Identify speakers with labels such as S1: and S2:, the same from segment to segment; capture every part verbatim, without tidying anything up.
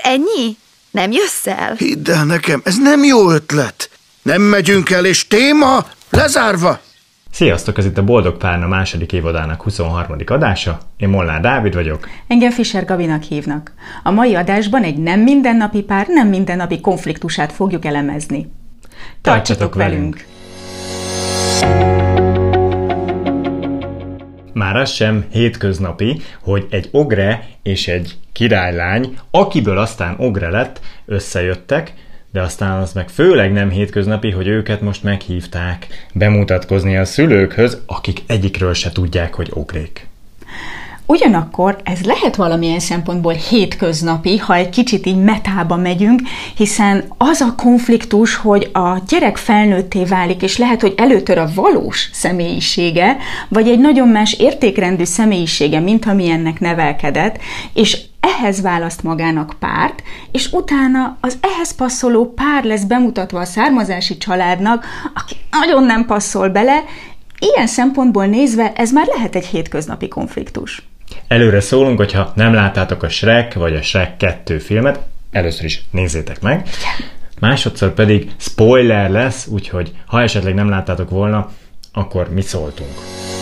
S1: ennyi? Nem jössz el?
S2: Hidd el nekem, ez nem jó ötlet. Nem megyünk el, és téma lezárva.
S3: Sziasztok, ez itt a Boldog Párna második évadának huszonharmadik adása. Én Molnár Dávid vagyok.
S4: Engem Fischer Gabinak hívnak. A mai adásban egy nem mindennapi pár, nem mindennapi konfliktusát fogjuk elemezni. Tartsatok, Tartsatok velünk!
S3: Már az sem hétköznapi, hogy egy ogre és egy királylány, akiből aztán ogre lett, összejöttek, de aztán az meg főleg nem hétköznapi, hogy őket most meghívták bemutatkozni a szülőkhöz, akik egyikről se tudják, hogy ogrék.
S4: Ugyanakkor ez lehet valamilyen szempontból hétköznapi, ha egy kicsit így metába megyünk, hiszen az a konfliktus, hogy a gyerek felnőtté válik, és lehet, hogy előtör a valós személyisége, vagy egy nagyon más értékrendű személyisége, mint amilyennek nevelkedett, és ehhez választ magának párt, és utána az ehhez passzoló pár lesz bemutatva a származási családnak, aki nagyon nem passzol bele. Ilyen szempontból nézve ez már lehet egy hétköznapi konfliktus.
S3: Előre szólunk, hogyha nem láttátok a Shrek vagy a Shrek kettő filmet, először is nézzétek meg. Másodszor pedig spoiler lesz, úgyhogy ha esetleg nem láttátok volna, akkor mi szóltunk.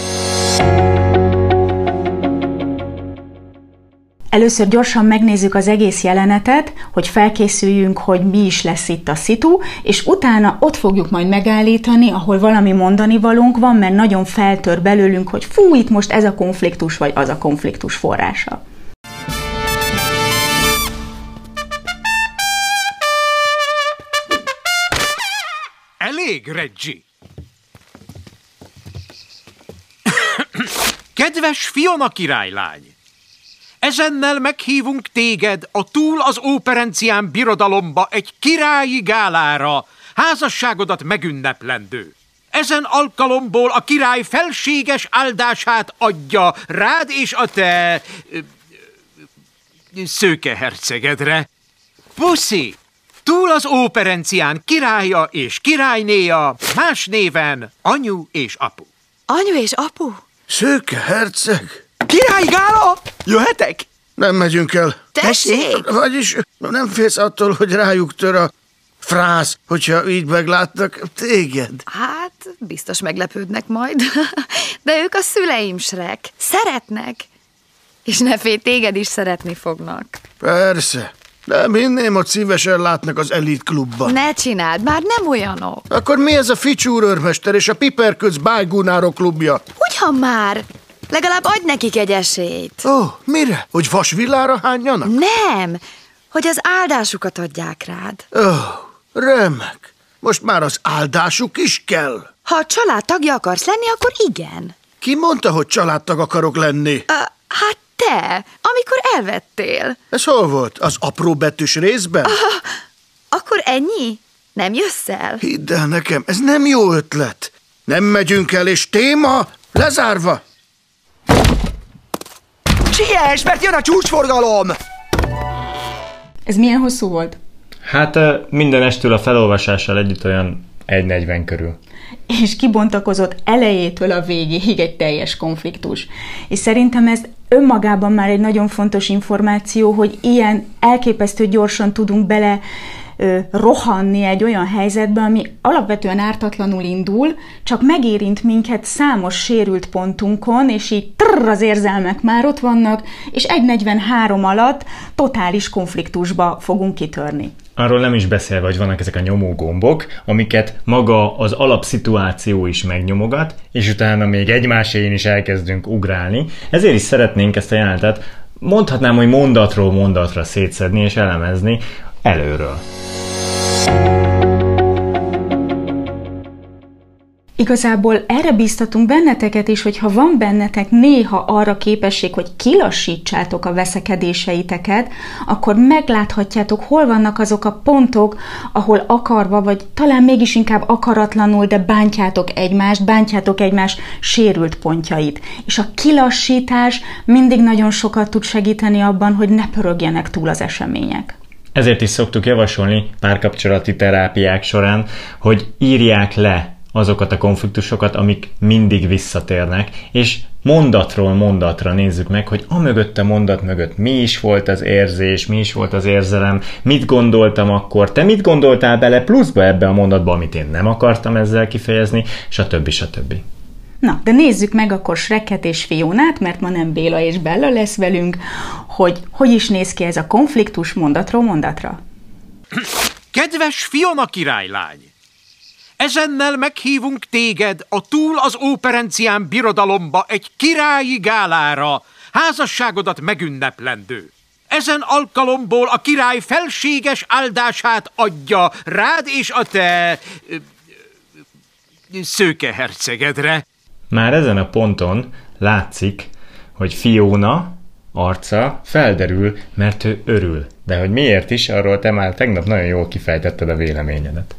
S4: Először gyorsan megnézzük az egész jelenetet, hogy felkészüljünk, hogy mi is lesz itt a szitu, és utána ott fogjuk majd megállítani, ahol valami mondani valónk van, mert nagyon feltör belőlünk, hogy fú, itt most ez a konfliktus, vagy az a konfliktus forrása.
S5: Elég, Reggie! Kedves Fiona királylány! Ezennel meghívunk téged a túl az óperencián birodalomba egy királyi gálára, házasságodat megünneplendő. Ezen alkalomból a király felséges áldását adja rád és a te szőke hercegedre. Puszi! Túl az óperencián királya és királynéja, más néven anyu és apu.
S1: Anyu és apu?
S2: Szőke herceg?
S6: Királyi gála? Jöhetek?
S2: Nem megyünk el.
S1: Tessék!
S2: Vagyis nem félsz attól, hogy rájuk tör a frász, hogyha így meglátnak téged?
S1: Hát, biztos meglepődnek majd. De ők a szüleim, Shrek. Szeretnek. És ne félj, téged is szeretni fognak.
S2: Persze. Nem hinném, hogy szívesen látnak az elit klubban.
S1: Ne csináld, már nem olyanok.
S2: Akkor mi ez a Ficsúr őrmester és a Piperköc bájgúnárok klubja?
S1: Ugyan már! Legalább adj nekik egy esélyt.
S2: Ó, oh, mire? Hogy vasvillára hányjanak?
S1: Nem, hogy az áldásukat adják rád.
S2: Ó, oh, remek. Most már az áldásuk is kell.
S1: Ha a család tagja akarsz lenni, akkor igen.
S2: Ki mondta, hogy családtag akarok lenni?
S1: Uh, hát te, amikor elvettél.
S2: Ez hol volt? Az apró betűs részben?
S1: Uh, akkor ennyi? Nem jössz el?
S2: Hidd el nekem, ez nem jó ötlet. Nem megyünk el, és téma lezárva.
S6: Siess, mert jön a csúcsforgalom!
S4: Ez milyen hosszú volt?
S3: Hát minden estől a felolvasással együtt olyan egy negyven körül.
S4: És kibontakozott elejétől a végéig egy teljes konfliktus. És szerintem ez önmagában már egy nagyon fontos információ, hogy ilyen elképesztő gyorsan tudunk bele ö, rohanni egy olyan helyzetbe, ami alapvetően ártatlanul indul, csak megérint minket számos sérült pontunkon, és így trrr, az érzelmek már ott vannak, és egy negyvenhárom alatt totális konfliktusba fogunk kitörni.
S3: Arról nem is beszélve, hogy vannak ezek a nyomógombok, amiket maga az alapszituáció is megnyomogat, és utána még egymáséin is elkezdünk ugrálni. Ezért is szeretnénk ezt a jelenetet, mondhatnám, hogy mondatról mondatra szétszedni és elemezni előről.
S4: Igazából erre bíztatunk benneteket is, hogy ha van bennetek néha arra képesség, hogy kilassítsátok a veszekedéseiteket, akkor megláthatjátok, hol vannak azok a pontok, ahol akarva, vagy talán mégis inkább akaratlanul, de bántjátok egymást, bántjátok egymás sérült pontjait. És a kilassítás mindig nagyon sokat tud segíteni abban, hogy ne pörögjenek túl az események.
S3: Ezért is szoktuk javasolni párkapcsolati terápiák során, hogy írják le azokat a konfliktusokat, amik mindig visszatérnek, és mondatról mondatra nézzük meg, hogy a mögött a mondat mögött mi is volt az érzés, mi is volt az érzelem, mit gondoltam akkor, te mit gondoltál bele pluszba ebbe a mondatba, amit én nem akartam ezzel kifejezni, stb. stb.
S4: Na, de nézzük meg akkor Shreket és Fionát, mert ma nem Béla és Bella lesz velünk, hogy hogy is néz ki ez a konfliktus mondatról mondatra.
S5: Kedves Fiona királylány! Ezennel meghívunk téged a túl az óperencián birodalomba egy királyi gálára, házasságodat megünneplendő. Ezen alkalomból a király felséges áldását adja rád és a te ö, ö, szőke hercegedre.
S3: Már ezen a ponton látszik, hogy Fiona arca felderül, mert ő örül. De hogy miért is, arról te már tegnap nagyon jól kifejtetted a véleményedet.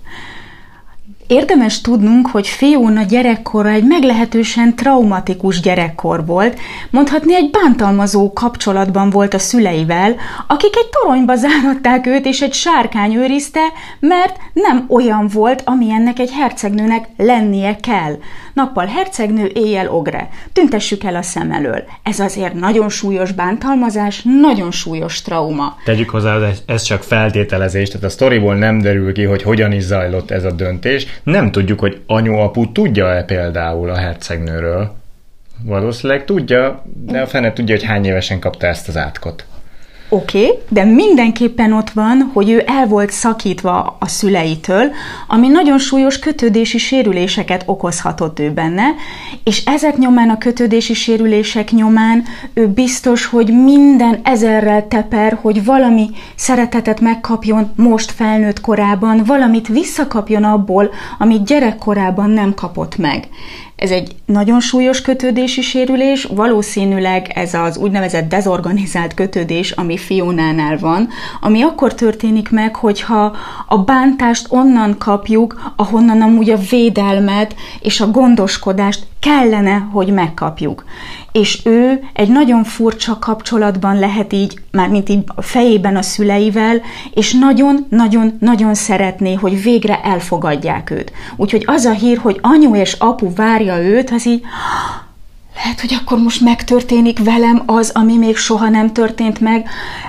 S4: Érdemes tudnunk, hogy Fiona gyerekkora egy meglehetősen traumatikus gyerekkor volt, mondhatni egy bántalmazó kapcsolatban volt a szüleivel, akik egy toronyba záratták őt, és egy sárkány őrizte, mert nem olyan volt, amilyennek egy hercegnőnek lennie kell. Nappal hercegnő, éjjel ogre. Tüntessük el a szem elől. Ez azért nagyon súlyos bántalmazás, nagyon súlyos trauma.
S3: Tegyük hozzá, ez csak feltételezés, tehát a sztoriból nem derül ki, hogy hogyan is zajlott ez a döntés. Nem tudjuk, hogy anyu-apu tudja-e például a hercegnőről. Valószínűleg tudja, de a fene tudja, hogy hány évesen kapta ezt az átkot.
S4: Oké, okay, de mindenképpen ott van, hogy ő el volt szakítva a szüleitől, ami nagyon súlyos kötődési sérüléseket okozhatott ő benne, és ezek nyomán, a kötődési sérülések nyomán ő biztos, hogy minden ezerrel teper, hogy valami szeretetet megkapjon most felnőtt korában, valamit visszakapjon abból, amit gyerekkorában nem kapott meg. Ez egy nagyon súlyos kötődési sérülés, valószínűleg ez az úgynevezett dezorganizált kötődés, ami Fionánál van, ami akkor történik meg, hogyha a bántást onnan kapjuk, ahonnan amúgy a védelmet és a gondoskodást kellene, hogy megkapjuk. És ő egy nagyon furcsa kapcsolatban lehet így, mármint így a fejében a szüleivel, és nagyon-nagyon-nagyon szeretné, hogy végre elfogadják őt. Úgyhogy az a hír, hogy anyu és apu várja őt, az így, lehet, hogy akkor most megtörténik velem az, ami még soha nem történt meg.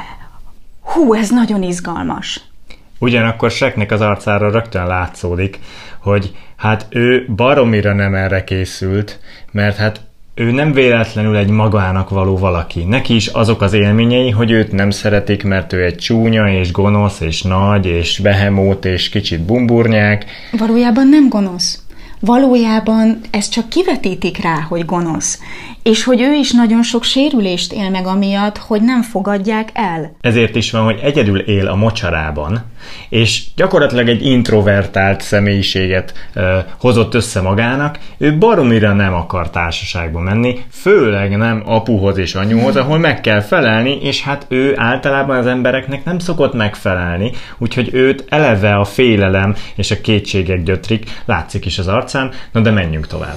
S4: Hú, ez nagyon izgalmas.
S3: Ugyanakkor Shreknek az arcára rögtön látszódik, hogy hát ő baromira nem erre készült, mert hát ő nem véletlenül egy magának való valaki. Neki is azok az élményei, hogy őt nem szeretik, mert ő egy csúnya és gonosz és nagy és behemót és kicsit bumburnyák.
S4: Valójában nem gonosz. Valójában ezt csak kivetítik rá, hogy gonosz. És hogy ő is nagyon sok sérülést él meg amiatt, hogy nem fogadják el.
S3: Ezért is van, hogy egyedül él a mocsarában, és gyakorlatilag egy introvertált személyiséget ö, hozott össze magának. Ő baromira nem akar társaságba menni, főleg nem apuhoz és anyuhoz, ahol meg kell felelni, és hát ő általában az embereknek nem szokott megfelelni, úgyhogy őt eleve a félelem és a kétségek gyötrik, látszik is az arcán. Na de menjünk tovább.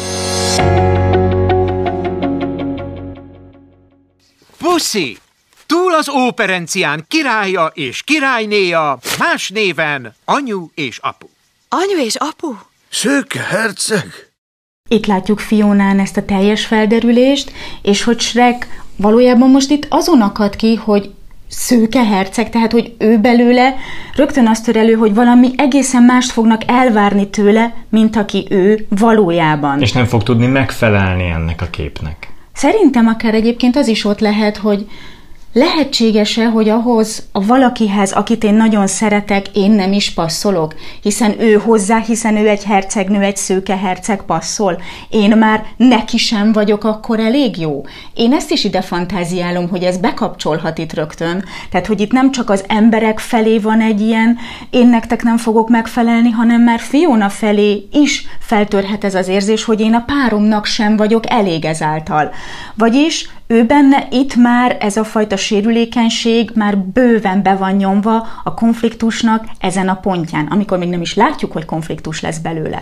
S5: Puszi! Túl az óperencián királya és királynéja, más néven anyu és apu.
S1: Anyu és apu?
S2: Szőke herceg?
S4: Itt látjuk Fionán ezt a teljes felderülést, és hogy Shrek valójában most itt azon akad ki, hogy szőke herceg, tehát hogy ő belőle rögtön azt tör elő, hogy valami egészen mást fognak elvárni tőle, mint aki ő valójában.
S3: És nem fog tudni megfelelni ennek a képnek.
S4: Szerintem akár egyébként az is ott lehet, hogy lehetséges-e, hogy ahhoz a valakihez, akit én nagyon szeretek, én nem is passzolok? Hiszen ő hozzá, hiszen ő egy hercegnő, egy szőke herceg passzol. Én már neki sem vagyok akkor elég jó. Én ezt is ide fantáziálom, hogy ez bekapcsolhat itt rögtön. Tehát, hogy itt nem csak az emberek felé van egy ilyen, én nektek nem fogok megfelelni, hanem már Fiona felé is feltörhet ez az érzés, hogy én a páromnak sem vagyok elég ezáltal. Vagyis ő benne itt már ez a fajta sérülékenység már bőven be van nyomva a konfliktusnak ezen a pontján, amikor még nem is látjuk, hogy konfliktus lesz belőle.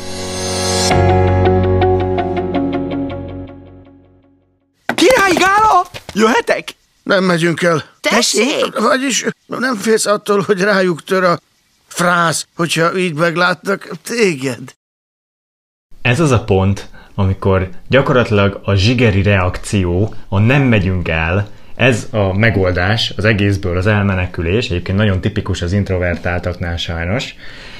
S6: Király gála! Jöhetek?
S2: Nem megyünk el.
S1: Tessék!
S2: Vagyis nem félsz attól, hogy rájuk tör a frász, hogyha így meglátnak téged?
S3: Ez az a pont, amikor gyakorlatilag a zsigeri reakció, a nem megyünk el, ez a megoldás az egészből, az elmenekülés, egyébként nagyon tipikus az introvertáltaknál sajnos,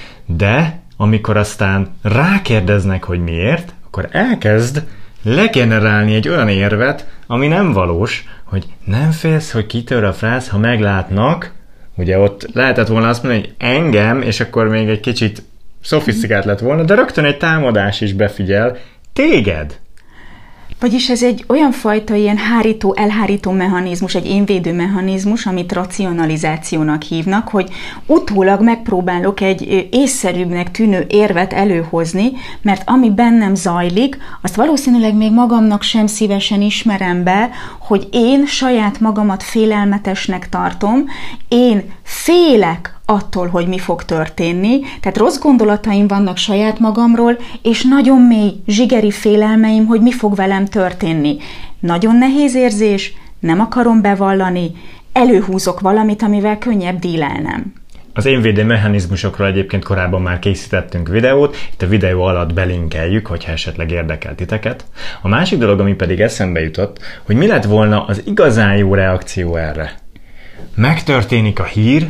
S3: de amikor aztán rákérdeznek, hogy miért, akkor elkezd legenerálni egy olyan érvet, ami nem valós, hogy nem félsz, hogy kitör a frász, ha meglátnak, ugye ott lehetett volna azt mondani, hogy engem, és akkor még egy kicsit szofisztikált lett volna, de rögtön egy támadás is befigyel, téged.
S4: Vagyis ez egy olyan fajta ilyen hárító, elhárító mechanizmus, egy énvédő mechanizmus, amit racionalizációnak hívnak, hogy utólag megpróbálok egy észszerűbbnek tűnő érvet előhozni, mert ami bennem zajlik, azt valószínűleg még magamnak sem szívesen ismerem be, hogy én saját magamat félelmetesnek tartom, én félek attól, hogy mi fog történni, tehát rossz gondolataim vannak saját magamról, és nagyon mély zsigeri félelmeim, hogy mi fog velem történni. Nagyon nehéz érzés, nem akarom bevallani, előhúzok valamit, amivel könnyebb dílelnem.
S3: Az énvédő mechanizmusokról egyébként korábban már készítettünk videót, itt a videó alatt belinkeljük, hogyha esetleg érdekel titeket. A másik dolog, ami pedig eszembe jutott, hogy mi lett volna az igazán jó reakció erre. Megtörténik a hír,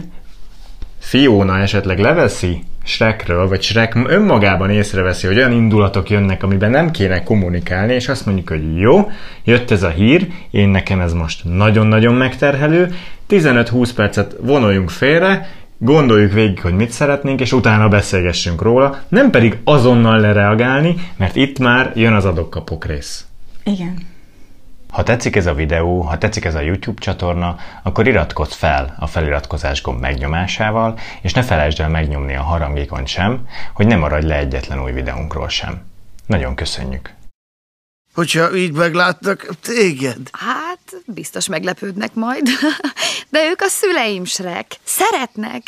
S3: Fiona esetleg leveszi Shrekről, vagy Shrek önmagában észreveszi, hogy olyan indulatok jönnek, amiben nem kéne kommunikálni, és azt mondjuk, hogy jó, jött ez a hír, én nekem ez most nagyon-nagyon megterhelő, tizenöt-húsz percet vonuljunk félre, gondoljuk végig, hogy mit szeretnénk, és utána beszélgessünk róla, nem pedig azonnal lereagálni, mert itt már jön az adok-kapok rész.
S4: Igen.
S3: Ha tetszik ez a videó, ha tetszik ez a YouTube csatorna, akkor iratkozz fel a feliratkozás gomb megnyomásával, és ne felejtsd el megnyomni a harangikont sem, hogy ne maradj le egyetlen új videónkról sem. Nagyon köszönjük!
S2: Hogyha így meglátnak téged.
S1: Hát, biztos meglepődnek majd. De ők a szüleim, Shrek. Szeretnek.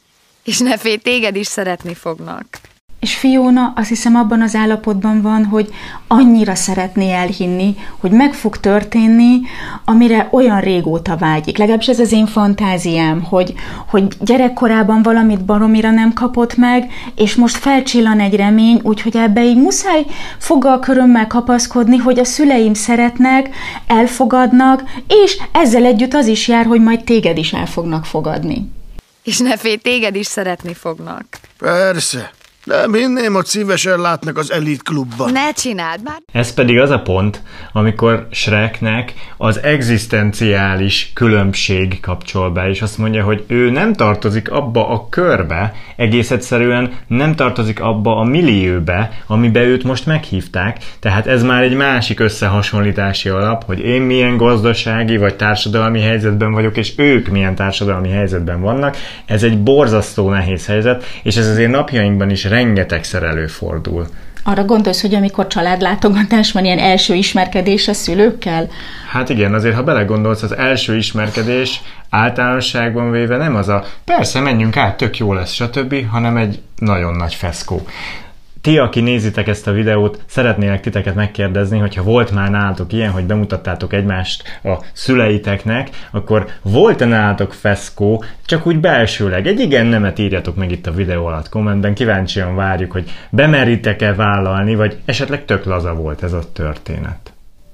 S1: És ne félj, téged is szeretni fognak.
S4: És Fiona azt hiszem abban az állapotban van, hogy annyira szeretné elhinni, hogy meg fog történni, amire olyan régóta vágyik. Legalábbis ez az én fantáziám, hogy, hogy gyerekkorában valamit baromira nem kapott meg, és most felcsillan egy remény, úgyhogy ebbe így muszáj foggal körömmel kapaszkodni, hogy a szüleim szeretnek, elfogadnak, és ezzel együtt az is jár, hogy majd téged is el fognak fogadni.
S1: És ne félj, téged is szeretni fognak.
S2: Persze. De minném, hogy szívesen látnak az elit klubban.
S1: Ne csináld már!
S3: Ez pedig az a pont, amikor Shreknek az egzisztenciális különbség kapcsol be, és azt mondja, hogy ő nem tartozik abba a körbe, egész egyszerűen nem tartozik abba a millióbe, amibe őt most meghívták, tehát ez már egy másik összehasonlítási alap, hogy én milyen gazdasági vagy társadalmi helyzetben vagyok, és ők milyen társadalmi helyzetben vannak. Ez egy borzasztó nehéz helyzet, és ez azért napjainkban is rengetegszer előfordul.
S4: Arra gondolsz, hogy amikor családlátogatás van, ilyen első ismerkedés a szülőkkel?
S3: Hát igen, azért ha belegondolsz, az első ismerkedés általánosságban véve nem az a persze, menjünk át, tök jó lesz, stb., hanem egy nagyon nagy feszkó. Ti, aki nézitek ezt a videót, szeretnélek titeket megkérdezni, hogyha volt már nálatok ilyen, hogy bemutattátok egymást a szüleiteknek, akkor volt-e nálatok feszkó, csak úgy belsőleg? Egy igen nemet írjatok meg itt a videó alatt kommentben, kíváncsian várjuk, hogy bemeritek-e vállalni, vagy esetleg tök laza volt ez a történet.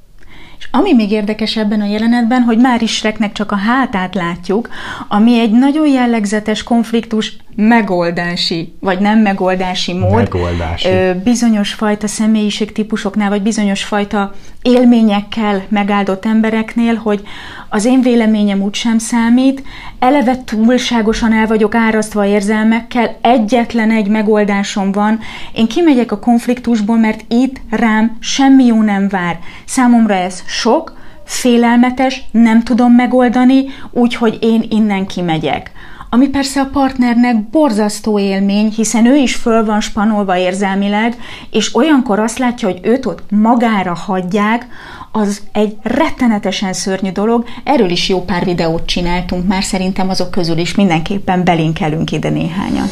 S4: És ami még érdekes ebben a jelenetben, hogy már is Shreknek csak a hátát látjuk, ami egy nagyon jellegzetes konfliktus megoldási, vagy nem megoldási mód.
S3: Megoldási.
S4: Bizonyos fajta személyiségtípusoknál, vagy bizonyos fajta élményekkel megáldott embereknél, hogy az én véleményem úgysem számít, eleve túlságosan el vagyok árasztva érzelmekkel, egyetlen egy megoldásom van, én kimegyek a konfliktusból, mert itt rám semmi jó nem vár. Számomra ez sok, félelmetes, nem tudom megoldani, úgyhogy én innen kimegyek. Ami persze a partnernek borzasztó élmény, hiszen ő is föl van spanolva érzelmileg, és olyankor azt látja, hogy őt ott magára hagyják, az egy rettenetesen szörnyű dolog. Erről is jó pár videót csináltunk már, szerintem azok közül is mindenképpen belinkelünk ide néhányat.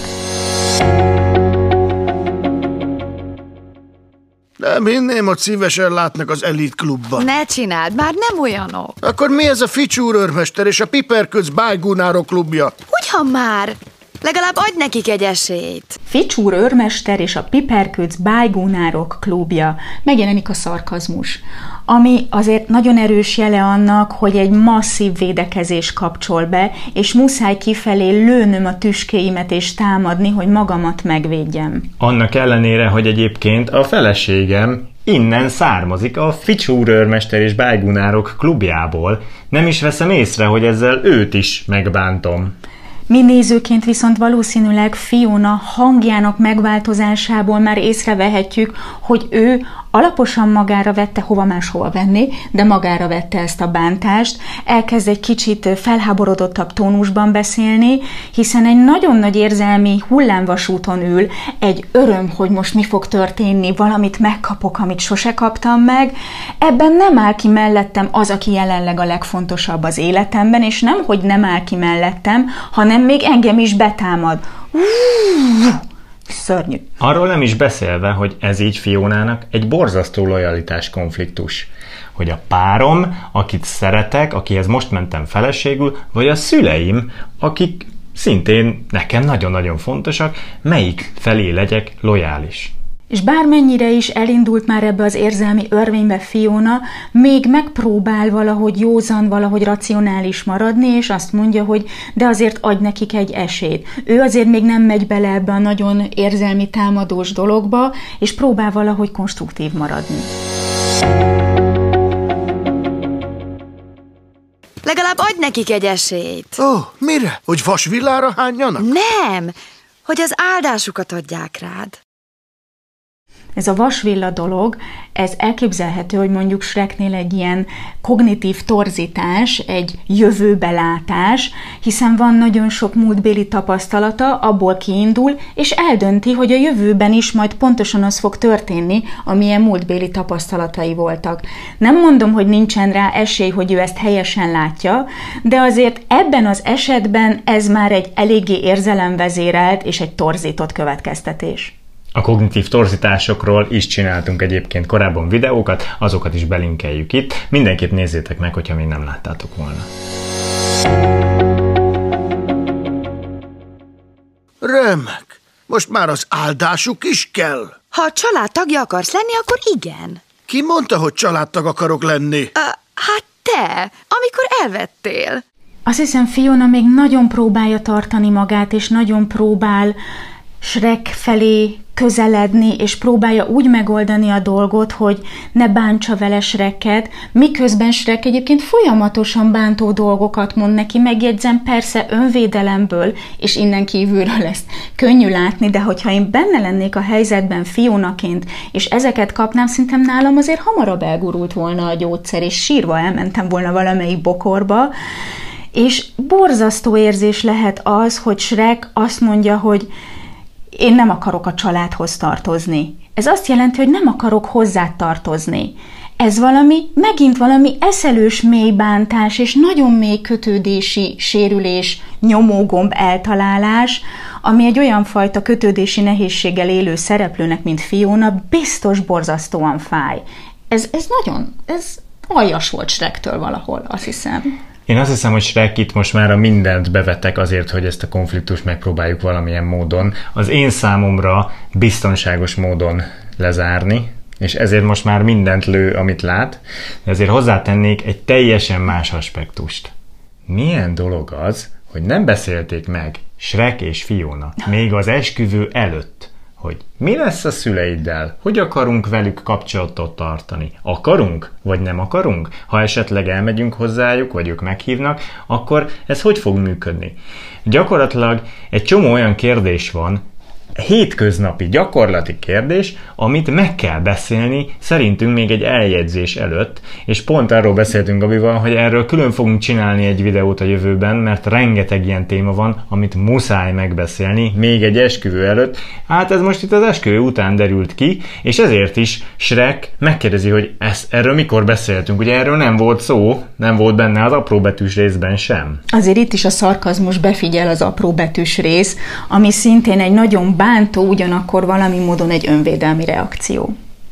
S2: De minném, hogy szívesen látnak az elit klubban.
S1: Ne csináld, már nem olyanok.
S2: Akkor mi ez a Ficsúr őrmester és a Piperköz bájgúnárok klubja?
S1: Ugyan már! Legalább adj nekik egy esélyt.
S4: Ficsúr őrmester és a Piperköc bájgónárok klubja. Megjelenik a szarkazmus, ami azért nagyon erős jele annak, hogy egy masszív védekezés kapcsol be, és muszáj kifelé lőnöm a tüskéimet és támadni, hogy magamat megvédjem.
S3: Annak ellenére, hogy egyébként a feleségem innen származik, a Ficsúr őrmester és bájgónárok klubjából. Nem is veszem észre, hogy ezzel őt is megbántom.
S4: Mi nézőként viszont valószínűleg Fiona hangjának megváltozásából már észrevehetjük, hogy ő alaposan magára vette, hova máshova venni, de magára vette ezt a bántást, elkezd egy kicsit felháborodottabb tónusban beszélni, hiszen egy nagyon nagy érzelmi hullámvasúton ül, egy öröm, hogy most mi fog történni, valamit megkapok, amit sose kaptam meg. Ebben nem áll ki mellettem az, aki jelenleg a legfontosabb az életemben, és nem, hogy nem áll ki mellettem, hanem még engem is betámad. Szörnyű.
S3: Arról nem is beszélve, hogy ez így Fionának egy borzasztó lojalitás konfliktus. Hogy a párom, akit szeretek, akihez most mentem feleségül, vagy a szüleim, akik szintén nekem nagyon-nagyon fontosak, melyik felé legyek lojális.
S4: És bármennyire is elindult már ebbe az érzelmi örvénybe Fiona, még megpróbál valahogy józan, valahogy racionális maradni, és azt mondja, hogy de azért adj nekik egy esélyt. Ő azért még nem megy bele ebbe a nagyon érzelmi támadós dologba, és próbál valahogy konstruktív maradni.
S1: Legalább adj nekik egy esélyt.
S2: Ó, oh, mire? Hogy vasvillára hányjanak?
S1: Nem, hogy az áldásukat adják rád.
S4: Ez a vasvilla dolog, ez elképzelhető, hogy mondjuk Shreknél egy ilyen kognitív torzítás, egy jövőbelátás, hiszen van nagyon sok múltbéli tapasztalata, abból kiindul, és eldönti, hogy a jövőben is majd pontosan az fog történni, amilyen múltbéli tapasztalatai voltak. Nem mondom, hogy nincsen rá esély, hogy ő ezt helyesen látja, de azért ebben az esetben ez már egy eléggé érzelemvezérelt és egy torzított következtetés.
S3: A kognitív torzításokról is csináltunk egyébként korábban videókat, azokat is belinkeljük itt. Mindenképp nézzétek meg, hogyha még nem láttátok volna.
S2: Remek. Most már az áldásuk is kell.
S1: Ha a család tagja akarsz lenni, akkor igen.
S2: Ki mondta, hogy családtag akarok lenni?
S1: Uh, hát te, amikor elvettél.
S4: Azt hiszem, Fiona még nagyon próbálja tartani magát, és nagyon próbál Shrek felé közeledni, és próbálja úgy megoldani a dolgot, hogy ne bántsa vele Shreket, miközben Shrek egyébként folyamatosan bántó dolgokat mond neki, megjegyzem, persze önvédelemből, és innen kívülről ezt könnyű látni, de hogyha én benne lennék a helyzetben Fionaként, és ezeket kapnám, szerintem nálam azért hamarabb elgurult volna a gyógyszer, és sírva elmentem volna valamelyik bokorba, és borzasztó érzés lehet az, hogy Shrek azt mondja, hogy én nem akarok a családhoz tartozni. Ez azt jelenti, hogy nem akarok hozzá tartozni. Ez valami, megint valami eszelős mély bántás, és nagyon mély kötődési sérülés, nyomógomb eltalálás, ami egy olyan fajta kötődési nehézséggel élő szereplőnek, mint Fiona, biztos borzasztóan fáj. Ez, ez nagyon, ez aljas volt Shrektől valahol, azt hiszem.
S3: Én azt hiszem, hogy Shrek itt most már a mindent bevettek azért, hogy ezt a konfliktust megpróbáljuk valamilyen módon, az én számomra biztonságos módon lezárni, és ezért most már mindent lő, amit lát, de ezért hozzátennék egy teljesen más aspektust. Milyen dolog az, hogy nem beszélték meg Shrek és Fiona még az esküvő előtt, hogy mi lesz a szüleiddel, hogy akarunk velük kapcsolatot tartani. Akarunk, vagy nem akarunk? Ha esetleg elmegyünk hozzájuk, vagy ők meghívnak, akkor ez hogy fog működni? Gyakorlatilag egy csomó olyan kérdés van, hétköznapi, gyakorlati kérdés, amit meg kell beszélni szerintünk még egy eljegyzés előtt, és pont arról beszéltünk Gabival, hogy erről külön fogunk csinálni egy videót a jövőben, mert rengeteg ilyen téma van, amit muszáj megbeszélni még egy esküvő előtt. Hát ez most itt az esküvő után derült ki, és ezért is Shrek megkérdezi, hogy ezt, erről mikor beszéltünk, ugye erről nem volt szó, nem volt benne az apróbetűs részben sem.
S4: Azért itt is a szarkazmus befigyel az apróbetűs rész, ami szintén egy nagyon bántó, ugyanakkor valami módon egy önvédelmi reakció.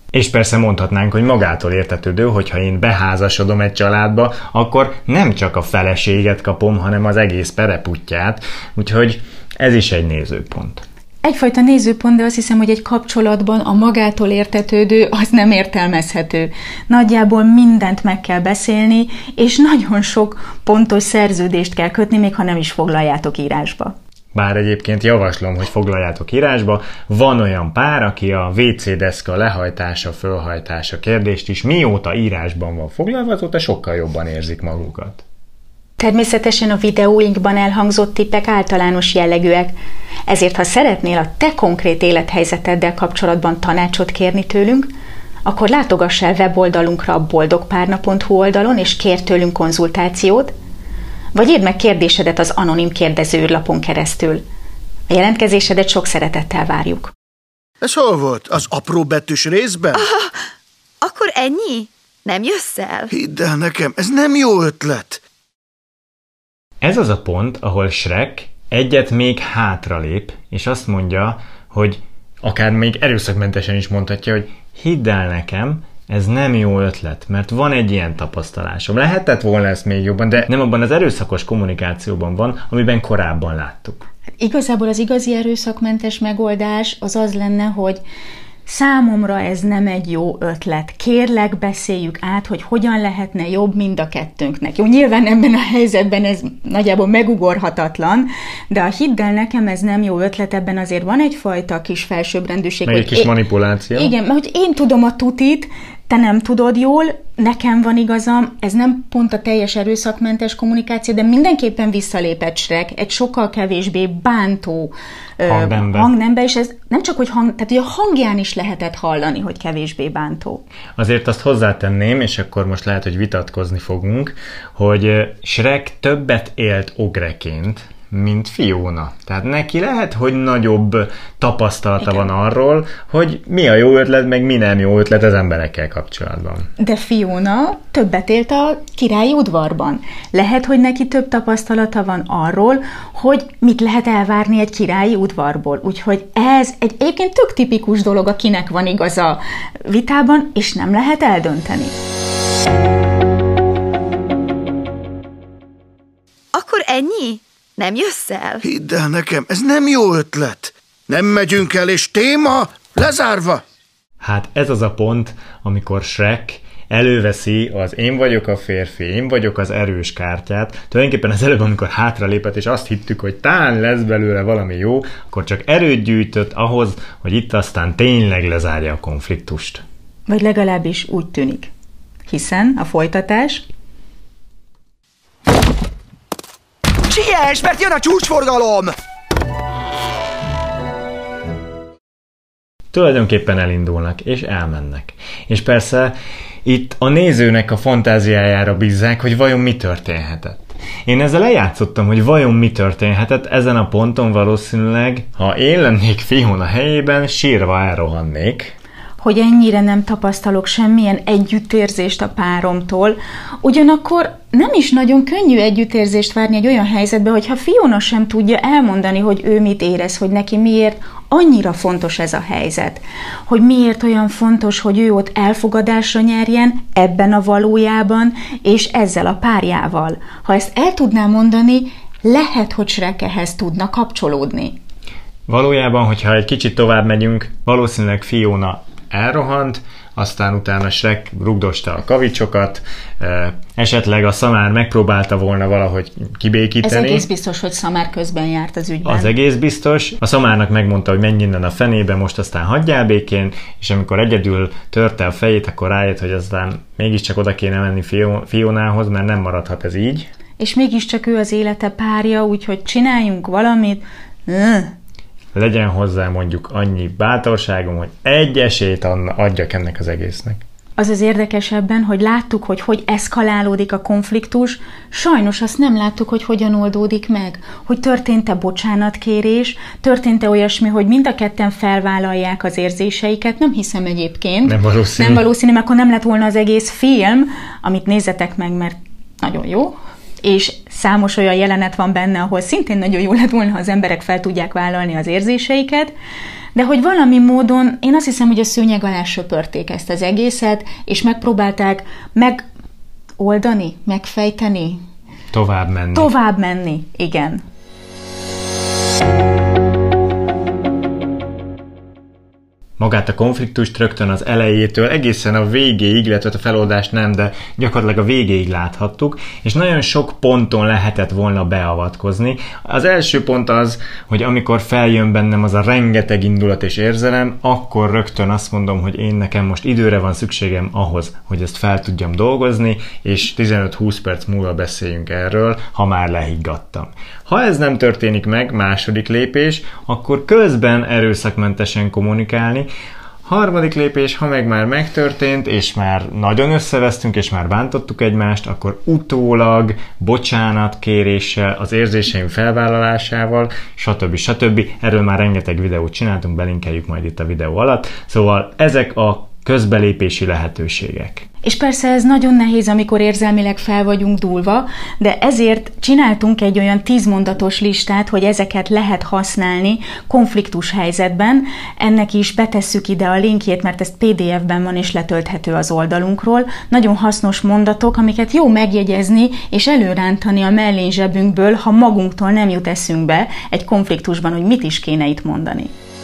S3: És persze mondhatnánk, hogy magától értetődő, hogyha én beházasodom egy családba, akkor nem csak a feleséget kapom, hanem az egész pereputtyát, úgyhogy ez is egy nézőpont.
S4: Egyfajta nézőpont, de azt hiszem, hogy egy kapcsolatban a magától értetődő az nem értelmezhető. Nagyjából mindent meg kell beszélni, és nagyon sok pontos szerződést kell kötni, még ha nem is foglaljátok írásba.
S3: Bár egyébként javaslom, hogy foglaljátok írásba, van olyan pár, aki a vé cé deszka lehajtása, fölhajtása kérdést is mióta írásban van foglalva, azóta sokkal jobban érzik magukat.
S4: Természetesen a videóinkban elhangzott tippek általános jellegűek, ezért ha szeretnél a te konkrét élethelyzeteddel kapcsolatban tanácsot kérni tőlünk, akkor látogass el weboldalunkra a boldogpárna pont hu oldalon, és kérj tőlünk konzultációt, vagy írd meg kérdésedet az anonim kérdezőlapon keresztül. A jelentkezésedet sok szeretettel várjuk.
S2: Ez hol volt? Az apróbetűs részben?
S1: Ah, akkor ennyi? Nem jössz el?
S2: Hidd el nekem, ez nem jó ötlet.
S3: Ez az a pont, ahol Shrek egyet még hátralép, és azt mondja, hogy akár még erőszakmentesen is mondhatja, hogy hidd el nekem, ez nem jó ötlet, mert van egy ilyen tapasztalásom. Lehetett volna ezt még jobban, de nem abban az erőszakos kommunikációban van, amiben korábban láttuk.
S4: Igazából az igazi erőszakmentes megoldás az az lenne, hogy számomra ez nem egy jó ötlet. Kérlek, beszéljük át, hogy hogyan lehetne jobb mind a kettőnknek. Jó, nyilván ebben a helyzetben ez nagyjából megugorhatatlan, de a hidd el nekem, ez nem jó ötlet, ebben azért van egyfajta kis felsőbbrendűség.
S3: Meg egy kis
S4: én,
S3: manipuláció.
S4: Igen, mert hogy én tudom a tutit, te nem tudod jól, nekem van igazam, ez nem pont a teljes erőszakmentes kommunikáció, de mindenképpen visszalépett Shrek, egy sokkal kevésbé bántó hangnembe, hangnembe és ez nem csak, hogy, hang, tehát, hogy a hangján is lehetett hallani, hogy kevésbé bántó.
S3: Azért azt hozzátenném, és akkor most lehet, hogy vitatkozni fogunk, hogy Shrek többet élt ogreként, mint Fiona. Tehát neki lehet, hogy nagyobb tapasztalata Igen. van arról, hogy mi a jó ötlet, meg mi nem jó ötlet az emberekkel kapcsolatban.
S4: De Fiona többet élt a királyi udvarban. Lehet, hogy neki több tapasztalata van arról, hogy mit lehet elvárni egy királyi udvarból. Úgyhogy ez egy egyébként tök tipikus dolog, akinek van igaza vitában, és nem lehet eldönteni.
S1: Akkor ennyi? Nem jössz el?
S2: Hidd el nekem, ez nem jó ötlet. Nem megyünk el, és téma lezárva.
S3: Hát ez az a pont, amikor Shrek előveszi az én vagyok a férfi, én vagyok az erős kártyát. Tulajdonképpen az előbb, amikor hátralépett, és azt hittük, hogy talán lesz belőle valami jó, akkor csak erőt gyűjtött ahhoz, hogy itt aztán tényleg lezárja a konfliktust.
S4: Vagy legalábbis úgy tűnik. Hiszen a folytatás...
S6: Siess, mert jön a csúcsforgalom!
S3: Tulajdonképpen elindulnak, és elmennek. És persze itt a nézőnek a fantáziájára bízzák, hogy vajon mi történhetett. Én ezzel eljátszottam, hogy vajon mi történhetett, ezen a ponton valószínűleg, ha én lennék Fiona helyében, sírva elrohannék.
S4: Hogy ennyire nem tapasztalok semmilyen együttérzést a páromtól, ugyanakkor nem is nagyon könnyű együttérzést várni egy olyan helyzetben, hogyha Fiona sem tudja elmondani, hogy ő mit érez, hogy neki miért annyira fontos ez a helyzet, hogy miért olyan fontos, hogy ő ott elfogadásra nyerjen ebben a valójában, és ezzel a párjával. Ha ezt el tudná mondani, lehet, hogy Shrek ehhez tudna kapcsolódni.
S3: Valójában, hogyha egy kicsit tovább megyünk, valószínűleg Fiona elrohant, aztán utána Shrek rugdosta a kavicsokat, esetleg a szamár megpróbálta volna valahogy kibékíteni.
S4: Ez egész biztos, hogy szamár közben járt az ügyben.
S3: Az egész biztos. A szamárnak megmondta, hogy menj innen a fenébe, most aztán hagyjál békén, és amikor egyedül törte a fejét, akkor rájött, hogy aztán mégiscsak oda kéne menni Fionához, mert nem maradhat ez így.
S4: És mégiscsak ő az élete párja, úgyhogy csináljunk valamit.
S3: Legyen hozzá mondjuk annyi bátorságom, hogy egy esélyt adjak ennek az egésznek.
S4: Az az érdekesebben, hogy láttuk, hogy hogy eszkalálódik a konfliktus, sajnos azt nem láttuk, hogy hogyan oldódik meg. Hogy történt-e bocsánatkérés, történt-e olyasmi, hogy mind a ketten felvállalják az érzéseiket, nem hiszem egyébként.
S3: Nem valószínű.
S4: Nem valószínű, mert akkor nem lett volna az egész film, amit nézzetek meg, mert nagyon jó. És számos olyan jelenet van benne, ahol szintén nagyon jó lett volna, ha az emberek fel tudják vállalni az érzéseiket, de hogy valami módon én azt hiszem, hogy a szőnyeg alá söpörték ezt az egészet, és megpróbálták megoldani, megfejteni.
S3: Tovább menni.
S4: Tovább menni, igen.
S3: Magát a konfliktust rögtön az elejétől egészen a végéig, illetve a feloldást nem, de gyakorlatilag a végéig láthattuk, és nagyon sok ponton lehetett volna beavatkozni. Az első pont az, hogy amikor feljön bennem az a rengeteg indulat és érzelem, akkor rögtön azt mondom, hogy én nekem most időre van szükségem ahhoz, hogy ezt fel tudjam dolgozni, és tizenöt-húsz perc múlva beszéljünk erről, ha már lehiggadtam. Ha ez nem történik meg, második lépés, akkor közben erőszakmentesen kommunikálni. Harmadik lépés, ha meg már megtörtént, és már nagyon összevesztünk, és már bántottuk egymást, akkor utólag, bocsánatkéréssel, az érzéseim felvállalásával, stb. stb. Erről már rengeteg videót csináltunk, belinkeljük majd itt a videó alatt. Szóval ezek a közbelépési lehetőségek.
S4: És persze ez nagyon nehéz, amikor érzelmileg fel vagyunk dúlva, de ezért csináltunk egy olyan tízmondatos listát, hogy ezeket lehet használni konfliktus helyzetben. Ennek is betesszük ide a linkjét, mert ez pé dé ef-ben van és letölthető az oldalunkról. Nagyon hasznos mondatok, amiket jó megjegyezni és előrántani a mellényzsebünkből, ha magunktól nem jut eszünkbe egy konfliktusban, hogy mit is kéne itt mondani.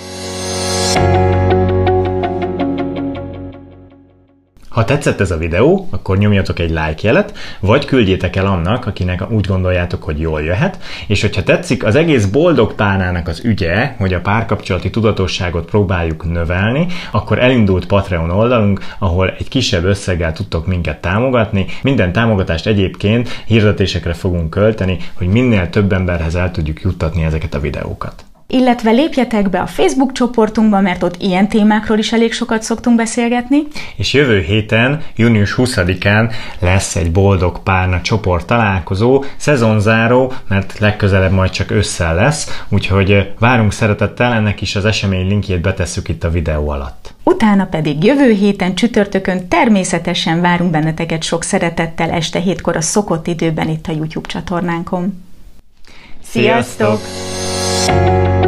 S3: Ha tetszett ez a videó, akkor nyomjatok egy like jelet, vagy küldjétek el annak, akinek úgy gondoljátok, hogy jól jöhet, és hogyha tetszik az egész boldog párnának az ügye, hogy a párkapcsolati tudatosságot próbáljuk növelni, akkor elindult Patreon oldalunk, ahol egy kisebb összeggel tudtok minket támogatni. Minden támogatást egyébként hirdetésekre fogunk költeni, hogy minél több emberhez el tudjuk juttatni ezeket a videókat.
S4: Illetve lépjetek be a Facebook csoportunkba, mert ott ilyen témákról is elég sokat szoktunk beszélgetni.
S3: És jövő héten, június huszadikán lesz egy boldog párna csoport találkozó, szezonzáró, mert legközelebb majd csak ősszel lesz, úgyhogy várunk szeretettel, ennek is az esemény linkjét betesszük itt a videó alatt.
S4: Utána pedig jövő héten csütörtökön természetesen várunk benneteket sok szeretettel este hétkor a szokott időben itt a YouTube csatornánkon.
S3: Sziasztok!
S4: Sziasztok!